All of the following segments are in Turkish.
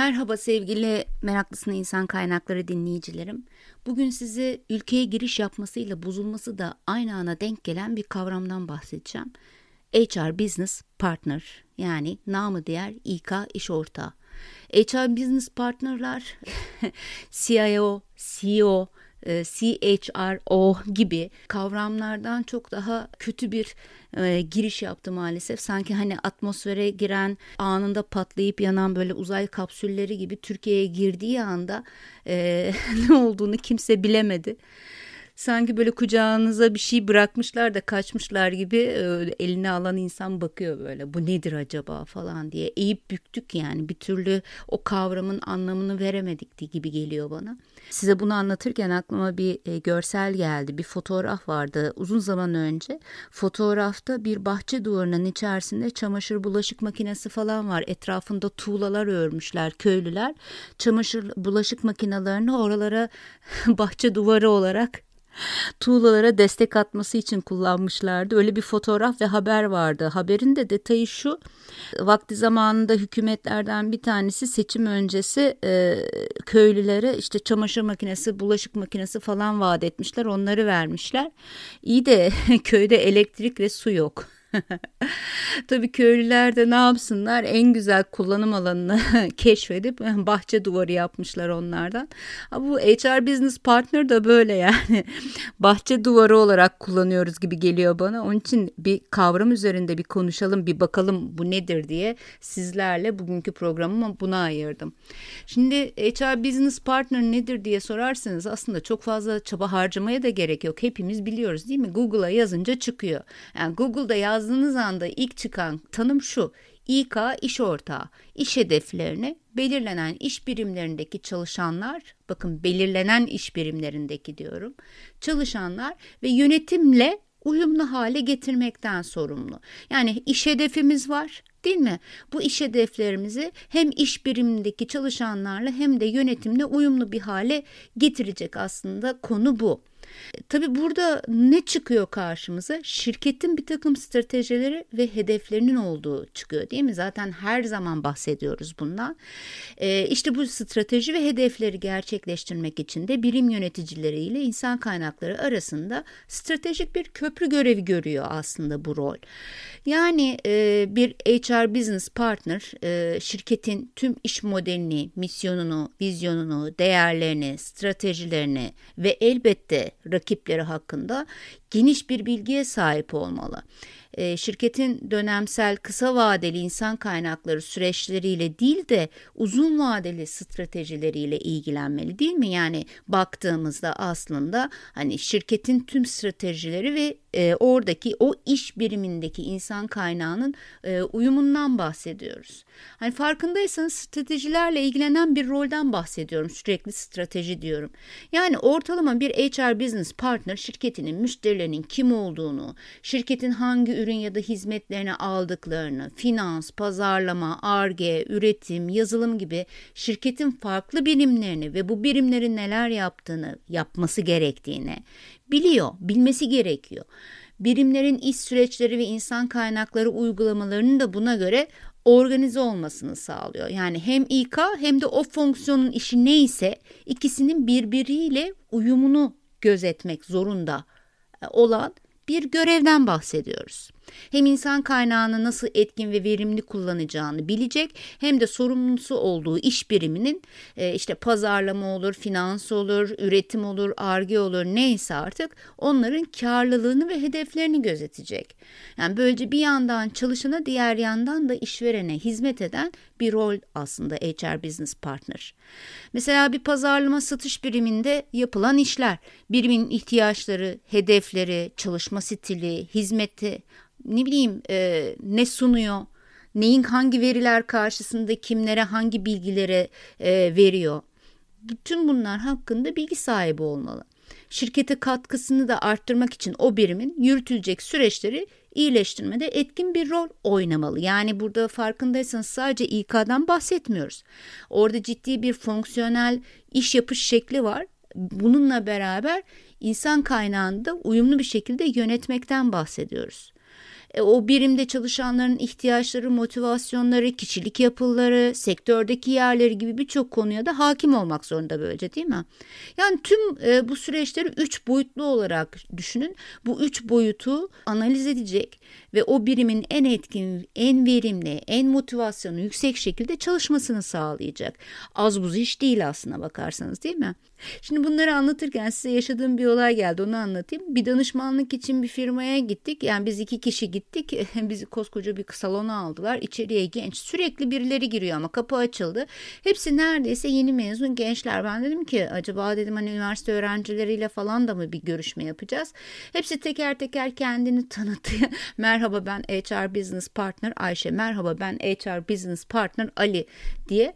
Merhaba sevgili Meraklısın İnsan Kaynakları dinleyicilerim. Bugün size ülkeye giriş yapmasıyla bozulması da aynı ana denk gelen bir kavramdan bahsedeceğim. HR Business Partner, yani namı diğer İK iş ortağı. HR Business Partner'lar CIO, CEO, CHRO gibi kavramlardan çok daha kötü bir giriş yaptı maalesef. Sanki hani atmosfere giren, anında patlayıp yanan böyle uzay kapsülleri gibi Türkiye'ye girdiği anda ne olduğunu kimse bilemedi. Sanki böyle kucağınıza bir şey bırakmışlar da kaçmışlar gibi eline alan insan bakıyor böyle, bu nedir acaba falan diye eğip büktük, yani bir türlü o kavramın anlamını veremedik gibi geliyor bana. Size bunu anlatırken aklıma bir görsel geldi, bir fotoğraf vardı uzun zaman önce. Fotoğrafta bir bahçe duvarının içerisinde çamaşır bulaşık makinesi falan var, etrafında tuğlalar örmüşler köylüler, çamaşır bulaşık makinelerini oralara bahçe duvarı olarak tuğlalara destek atması için kullanmışlardı. Öyle bir fotoğraf ve haber vardı. Haberin de detayı şu: vakti zamanında hükümetlerden bir tanesi seçim öncesi köylülere işte çamaşır makinesi, bulaşık makinesi falan vaat etmişler. Onları vermişler. İyi de köyde elektrik ve su yok. Tabii köylüler de ne yapsınlar, en güzel kullanım alanını keşfedip bahçe duvarı yapmışlar onlardan. Bu HR Business Partner da böyle, yani bahçe duvarı olarak kullanıyoruz gibi geliyor bana. Onun için bir kavram üzerinde bir konuşalım, bir bakalım bu nedir diye sizlerle bugünkü programımı buna ayırdım. Şimdi HR Business Partner nedir diye sorarsanız aslında çok fazla çaba harcamaya da gerek yok. Hepimiz biliyoruz değil mi? Google'a yazınca çıkıyor. Yani Google'da yazdığınız anda ilk çıkan tanım şu: İK iş ortağı. İş hedeflerini belirlenen iş birimlerindeki çalışanlar, bakın belirlenen iş birimlerindeki diyorum, çalışanlar ve yönetimle uyumlu hale getirmekten sorumlu. Yani iş hedefimiz var, değil mi? Bu iş hedeflerimizi hem iş birimindeki çalışanlarla hem de yönetimle uyumlu bir hale getirecek, aslında konu bu. Tabii burada ne çıkıyor karşımıza? Şirketin bir takım stratejileri ve hedeflerinin olduğu çıkıyor, değil mi? Zaten her zaman bahsediyoruz bundan. İşte bu strateji ve hedefleri gerçekleştirmek için de birim yöneticileriyle insan kaynakları arasında stratejik bir köprü görevi görüyor aslında bu rol. Yani bir HR Business Partner şirketin tüm iş modelini, misyonunu, vizyonunu, değerlerini, stratejilerini ve elbette rakipleri hakkında geniş bir bilgiye sahip olmalı. Şirketin dönemsel kısa vadeli insan kaynakları süreçleriyle değil de uzun vadeli stratejileriyle ilgilenmeli, değil mi? Yani baktığımızda aslında hani şirketin tüm stratejileri ve oradaki o iş birimindeki insan kaynağının uyumundan bahsediyoruz. Hani farkındaysanız stratejilerle ilgilenen bir rolden bahsediyorum. Sürekli strateji diyorum. Yani ortalama bir HR Business Partner şirketinin müşterilerinin kim olduğunu, şirketin hangi ürün ya da hizmetlerini aldıklarını, finans, pazarlama, Ar-Ge, üretim, yazılım gibi şirketin farklı birimlerini ve bu birimlerin neler yaptığını, yapması gerektiğini biliyor, bilmesi gerekiyor. Birimlerin iş süreçleri ve insan kaynakları uygulamalarının da buna göre organize olmasını sağlıyor. Yani hem İK hem de o fonksiyonun işi neyse ikisinin birbiriyle uyumunu gözetmek zorunda olan bir görevden bahsediyoruz. Hem insan kaynağını nasıl etkin ve verimli kullanacağını bilecek, hem de sorumlusu olduğu iş biriminin işte pazarlama olur, finans olur, üretim olur, Ar-Ge olur, neyse artık onların karlılığını ve hedeflerini gözetecek. Yani böylece bir yandan çalışana, diğer yandan da işverene hizmet eden bir rol aslında HR Business Partner. Mesela bir pazarlama satış biriminde yapılan işler, birimin ihtiyaçları, hedefleri, çalışma stili, hizmeti, ne sunuyor, neyin hangi veriler karşısında kimlere hangi bilgileri veriyor. Bütün bunlar hakkında bilgi sahibi olmalı. Şirkete katkısını da arttırmak için o birimin yürütülecek süreçleri iyileştirmede etkin bir rol oynamalı. Yani burada farkındaysanız sadece İK'dan bahsetmiyoruz. Orada ciddi bir fonksiyonel iş yapış şekli var. Bununla beraber insan kaynağını da uyumlu bir şekilde yönetmekten bahsediyoruz. O birimde çalışanların ihtiyaçları, motivasyonları, kişilik yapıları, sektördeki yerleri gibi birçok konuya da hakim olmak zorunda böylece, değil mi? Yani tüm bu süreçleri 3 boyutlu olarak düşünün. Bu 3 boyutu analiz edecek ve o birimin en etkin, en verimli, en motivasyonu yüksek şekilde çalışmasını sağlayacak. Az buz iş değil aslına bakarsanız, değil mi? Şimdi bunları anlatırken size yaşadığım bir olay geldi, onu anlatayım. Bir danışmanlık için bir firmaya gittik. Yani biz 2 kişi gittik. Bizi koskoca bir salona aldılar. İçeriye genç, sürekli birileri giriyor ama kapı açıldı. Hepsi neredeyse yeni mezun gençler. Ben dedim ki acaba dedim hani üniversite öğrencileriyle falan da mı bir görüşme yapacağız? Hepsi teker teker kendini tanıttı. Merhaba, ben HR Business Partner Ayşe. Merhaba, ben HR Business Partner Ali diye.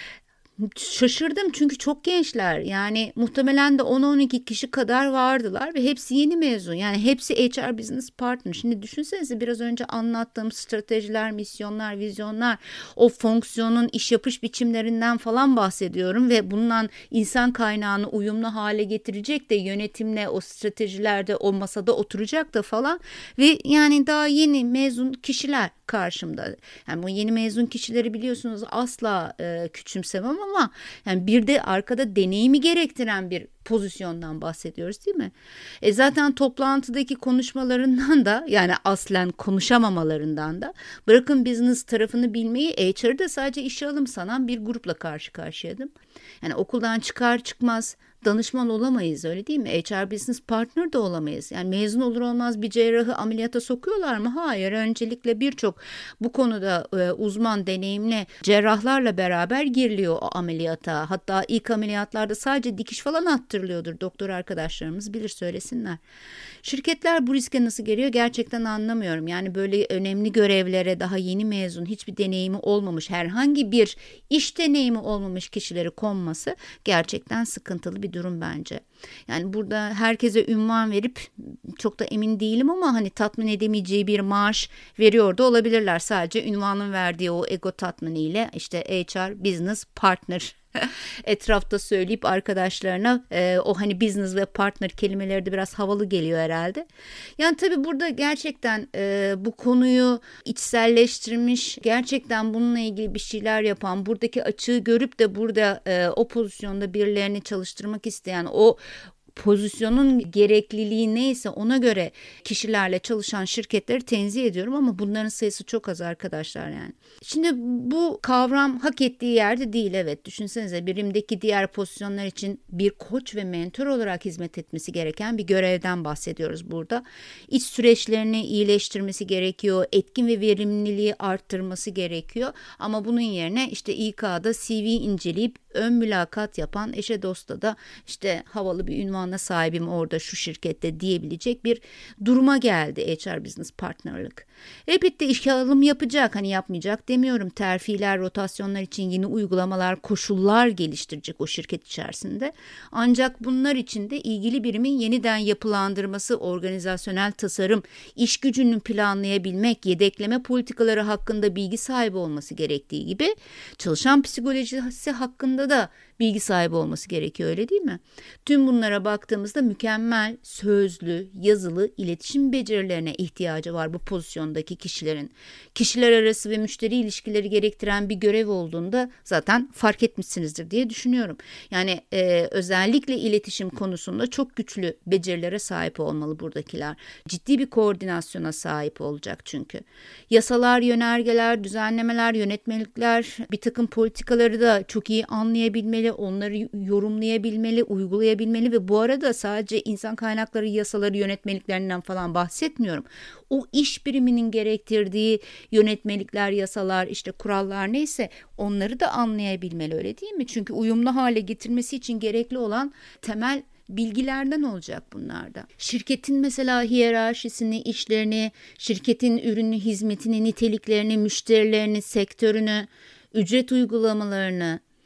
Şaşırdım çünkü çok gençler, yani muhtemelen de 10-12 kişi kadar vardılar ve hepsi yeni mezun, yani hepsi HR Business Partner. Şimdi düşünsenize, biraz önce anlattığım stratejiler, misyonlar, vizyonlar, o fonksiyonun iş yapış biçimlerinden falan bahsediyorum ve bundan insan kaynağını uyumlu hale getirecek de yönetimle o stratejilerde o masada oturacak da falan ve yani daha yeni mezun kişiler karşımda. Yani bu yeni mezun kişileri biliyorsunuz asla küçümsemem ama yani bir de arkada deneyimi gerektiren bir pozisyondan bahsediyoruz, değil mi? Zaten toplantıdaki konuşmalarından da, yani aslen konuşamamalarından da, bırakın business tarafını bilmeyi, HR'da sadece işe alım sanan bir grupla karşı karşıyaydım. Yani okuldan çıkar çıkmaz danışman olamayız, öyle değil mi? HR Business Partner da olamayız. Yani mezun olur olmaz bir cerrahı ameliyata sokuyorlar mı? Hayır. Öncelikle birçok bu konuda uzman, deneyimli cerrahlarla beraber giriliyor o ameliyata. Hatta ilk ameliyatlarda sadece dikiş falan attırılıyordur. Doktor arkadaşlarımız bilir, söylesinler. Şirketler bu riske nasıl geliyor gerçekten anlamıyorum. Yani böyle önemli görevlere daha yeni mezun, hiçbir deneyimi olmamış, herhangi bir iş deneyimi olmamış kişileri konması gerçekten sıkıntılı bir durum bence. Yani burada herkese ünvan verip, çok da emin değilim ama hani tatmin edemeyeceği bir maaş veriyor da olabilirler. Sadece ünvanın verdiği o ego tatminiyle işte HR Business Partner etrafta söyleyip arkadaşlarına o hani business ve partner kelimeleri de biraz havalı geliyor herhalde. Yani tabii burada gerçekten bu konuyu içselleştirmiş, gerçekten bununla ilgili bir şeyler yapan, buradaki açığı görüp de burada o pozisyonda birilerini çalıştırmak isteyen, o pozisyonun gerekliliği neyse ona göre kişilerle çalışan şirketleri tenzih ediyorum ama bunların sayısı çok az arkadaşlar yani. Şimdi bu kavram hak ettiği yerde değil, evet. Düşünsenize, birimdeki diğer pozisyonlar için bir koç ve mentor olarak hizmet etmesi gereken bir görevden bahsediyoruz burada. İç süreçlerini iyileştirmesi gerekiyor, etkin ve verimliliği arttırması gerekiyor ama bunun yerine işte İK'da CV inceleyip ön mülakat yapan, eşe dosta da işte havalı bir ünvana sahibim orada şu şirkette diyebilecek bir duruma geldi HR Business Partnerlık. Elbette işe alım yapacak, hani yapmayacak demiyorum. Terfiler, rotasyonlar için yeni uygulamalar, koşullar geliştirecek o şirket içerisinde. Ancak bunlar için de ilgili birimin yeniden yapılandırması, organizasyonel tasarım, iş gücünü planlayabilmek, yedekleme politikaları hakkında bilgi sahibi olması gerektiği gibi çalışan psikolojisi hakkında da bilgi sahibi olması gerekiyor, öyle değil mi? Tüm bunlara baktığımızda mükemmel sözlü, yazılı iletişim becerilerine ihtiyacı var bu pozisyondaki kişilerin. Kişiler arası ve müşteri ilişkileri gerektiren bir görev olduğunda zaten fark etmişsinizdir diye düşünüyorum. Yani özellikle iletişim konusunda çok güçlü becerilere sahip olmalı buradakiler. Ciddi bir koordinasyona sahip olacak çünkü. Yasalar, yönergeler, düzenlemeler, yönetmelikler, bir takım politikaları da çok iyi anlayabilmeli, onları yorumlayabilmeli, uygulayabilmeli ve bu arada sadece insan kaynakları yasaları, yönetmeliklerinden falan bahsetmiyorum. O iş biriminin gerektirdiği yönetmelikler, yasalar, işte kurallar neyse onları da anlayabilmeli, öyle değil mi? Çünkü uyumlu hale getirmesi için gerekli olan temel bilgilerden olacak bunlar da. Şirketin mesela hiyerarşisini, işlerini, şirketin ürünü, hizmetini, niteliklerini, müşterilerini, sektörünü, ücret uygulamalarını,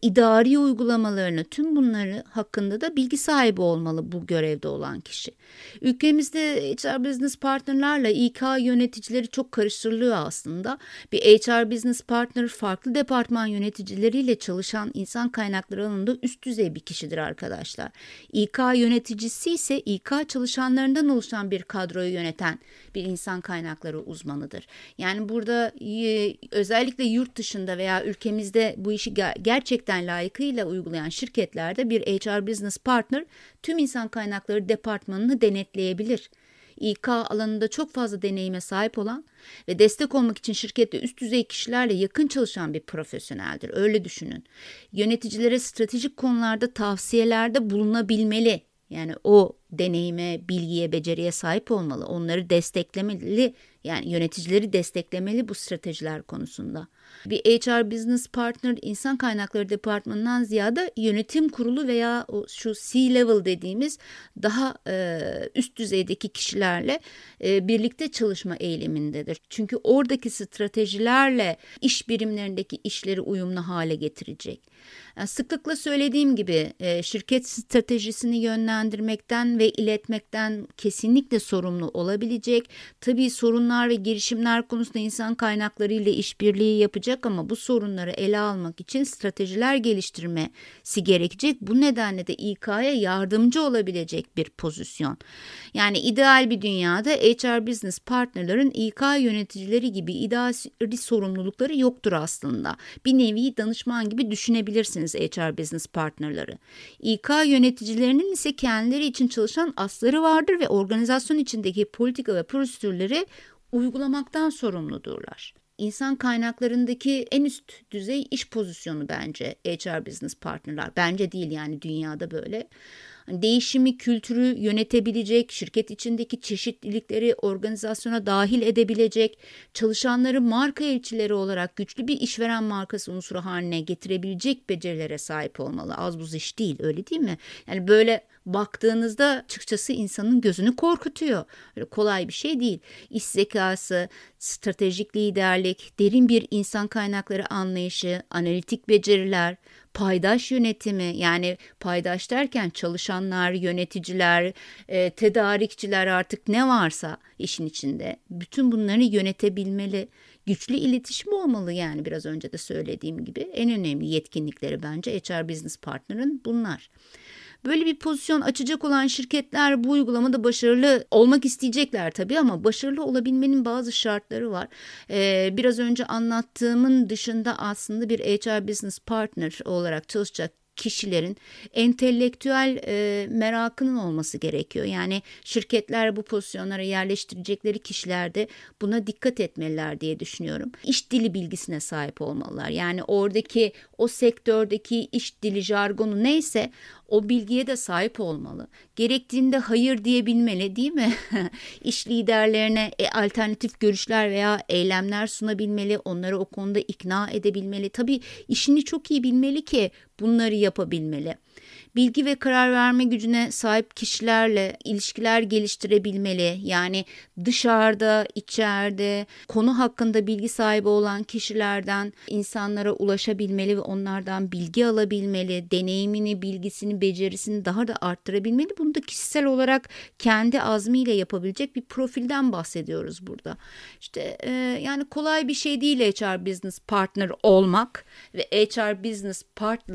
idari uygulamalarını, tüm bunları hakkında da bilgi sahibi olmalı bu görevde olan kişi. Ülkemizde HR Business Partner'larla İK yöneticileri çok karıştırılıyor aslında. Bir HR Business Partner farklı departman yöneticileriyle çalışan insan kaynakları alanında üst düzey bir kişidir arkadaşlar. İK yöneticisi ise İK çalışanlarından oluşan bir kadroyu yöneten bir insan kaynakları uzmanıdır. Yani burada özellikle yurt dışında veya ülkemizde bu işi gerçekten layıkıyla uygulayan şirketlerde bir HR Business Partner tüm insan kaynakları departmanını denetleyebilir. İK alanında çok fazla deneyime sahip olan ve destek olmak için şirkette üst düzey kişilerle yakın çalışan bir profesyoneldir. Öyle düşünün. Yöneticilere stratejik konularda tavsiyelerde bulunabilmeli. Yani o deneyime, bilgiye, beceriye sahip olmalı. Onları desteklemeli, yani yöneticileri desteklemeli bu stratejiler konusunda. Bir HR Business Partner insan kaynakları departmanından ziyade yönetim kurulu veya şu C-level dediğimiz daha üst düzeydeki kişilerle birlikte çalışma eğilimindedir. Çünkü oradaki stratejilerle iş birimlerindeki işleri uyumlu hale getirecek. Yani sıklıkla söylediğim gibi şirket stratejisini yönlendirmekten ve iletmekten kesinlikle sorumlu olabilecek. Tabii sorunlar ve girişimler konusunda insan kaynakları ile işbirliği yapacak ama bu sorunları ele almak için stratejiler geliştirmesi gerekecek. Bu nedenle de İK'ya yardımcı olabilecek bir pozisyon. Yani ideal bir dünyada HR Business Partner'ların İK yöneticileri gibi idari sorumlulukları yoktur aslında. Bir nevi danışman gibi düşünebilirsiniz HR Business Partner'ları. İK yöneticilerinin ise kendileri için çalışan asları vardır ve organizasyon içindeki politika ve prosedürleri uygulamaktan sorumludurlar. İnsan kaynaklarındaki en üst düzey iş pozisyonu bence HR Business Partner'lar. Bence değil, yani dünyada böyle. Değişimi, kültürü yönetebilecek, şirket içindeki çeşitlilikleri organizasyona dahil edebilecek, çalışanları marka elçileri olarak güçlü bir işveren markası unsuru haline getirebilecek becerilere sahip olmalı. Az buz iş değil, öyle değil mi? Yani böyle baktığınızda açıkçası insanın gözünü korkutuyor. Öyle kolay bir şey değil. İş zekası, stratejik liderlik, derin bir insan kaynakları anlayışı, analitik beceriler, paydaş yönetimi, yani paydaş derken çalışanlar, yöneticiler, tedarikçiler, artık ne varsa işin içinde bütün bunları yönetebilmeli. Güçlü iletişim olmalı, yani biraz önce de söylediğim gibi en önemli yetkinlikleri bence HR Business Partner'ın bunlar. Böyle bir pozisyon açacak olan şirketler bu uygulamada başarılı olmak isteyecekler tabii ama başarılı olabilmenin bazı şartları var. Biraz önce anlattığımın dışında aslında bir HR Business Partner olarak çalışacak kişilerin entelektüel merakının olması gerekiyor. Yani şirketler bu pozisyonlara yerleştirecekleri kişiler de buna dikkat etmeliler diye düşünüyorum. İş dili bilgisine sahip olmalılar. Yani oradaki o sektördeki iş dili jargonu neyse o bilgiye de sahip olmalı. Gerektiğinde hayır diyebilmeli, değil mi? İş liderlerine alternatif görüşler veya eylemler sunabilmeli, onları o konuda ikna edebilmeli. Tabii işini çok iyi bilmeli ki bunları yapabilmeli. Bilgi ve karar verme gücüne sahip kişilerle ilişkiler geliştirebilmeli. Yani dışarıda, içeride konu hakkında bilgi sahibi olan kişilerden insanlara ulaşabilmeli ve onlardan bilgi alabilmeli. Deneyimini, bilgisini, becerisini daha da arttırabilmeli. Bunu da kişisel olarak kendi azmiyle yapabilecek bir profilden bahsediyoruz burada. İşte yani kolay bir şey değil HR Business Partner olmak ve HR Business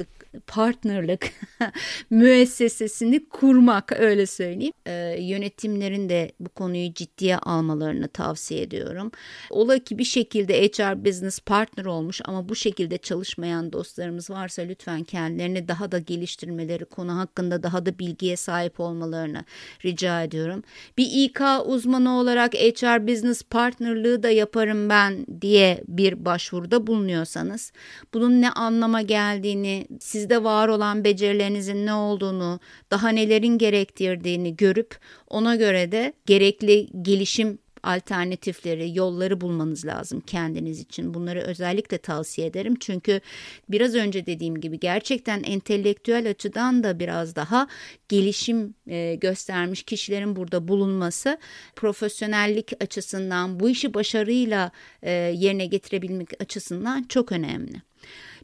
Partnerlık müessesesini kurmak, öyle söyleyeyim. Yönetimlerin de bu konuyu ciddiye almalarını tavsiye ediyorum. Ola ki bir şekilde HR Business Partner olmuş ama bu şekilde çalışmayan dostlarımız varsa lütfen kendilerini daha da geliştirmeleri, konu hakkında daha da bilgiye sahip olmalarını rica ediyorum. Bir İK uzmanı olarak HR Business Partnerlığı da yaparım ben diye bir başvuruda bulunuyorsanız, bunun ne anlama geldiğini, sizde var olan becerilerinizin ne olduğunu, daha nelerin gerektirdiğini görüp ona göre de gerekli gelişim alternatifleri, yolları bulmanız lazım kendiniz için. Bunları özellikle tavsiye ederim. Çünkü biraz önce dediğim gibi gerçekten entelektüel açıdan da biraz daha gelişim göstermiş kişilerin burada bulunması, profesyonellik açısından, bu işi başarıyla yerine getirebilmek açısından çok önemli.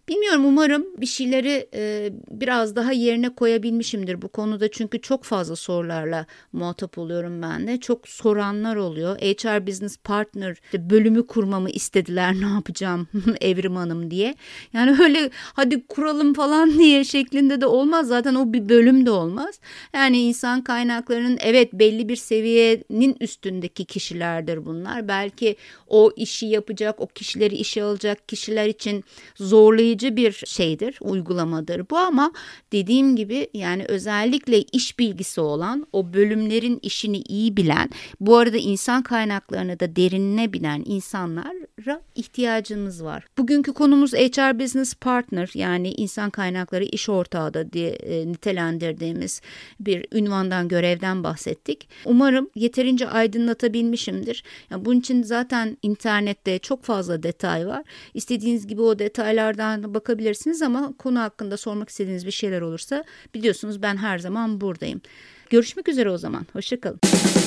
Bilmiyorum, umarım bir şeyleri biraz daha yerine koyabilmişimdir bu konuda. Çünkü çok fazla sorularla muhatap oluyorum ben de. Çok soranlar oluyor. HR Business Partner bölümü kurmamı istediler, ne yapacağım Evrim Hanım diye. Yani öyle hadi kuralım falan diye şeklinde de olmaz. Zaten o bir bölüm de olmaz. Yani insan kaynaklarının evet belli bir seviyenin üstündeki kişilerdir bunlar. Belki o işi yapacak, o kişileri işe alacak kişiler için zorlayıcı bir şeydir, uygulamadır bu, ama dediğim gibi yani özellikle iş bilgisi olan, o bölümlerin işini iyi bilen, bu arada insan kaynaklarını da derinine bilen insanlara ihtiyacımız var. Bugünkü konumuz HR Business Partner, yani insan kaynakları iş ortağı da diye nitelendirdiğimiz bir ünvandan, görevden bahsettik. Umarım yeterince aydınlatabilmişimdir. Yani bunun için zaten internette çok fazla detay var. İstediğiniz gibi o detaylardan bakabilirsiniz, ama konu hakkında sormak istediğiniz bir şeyler olursa biliyorsunuz ben her zaman buradayım. Görüşmek üzere o zaman. Hoşça kalın.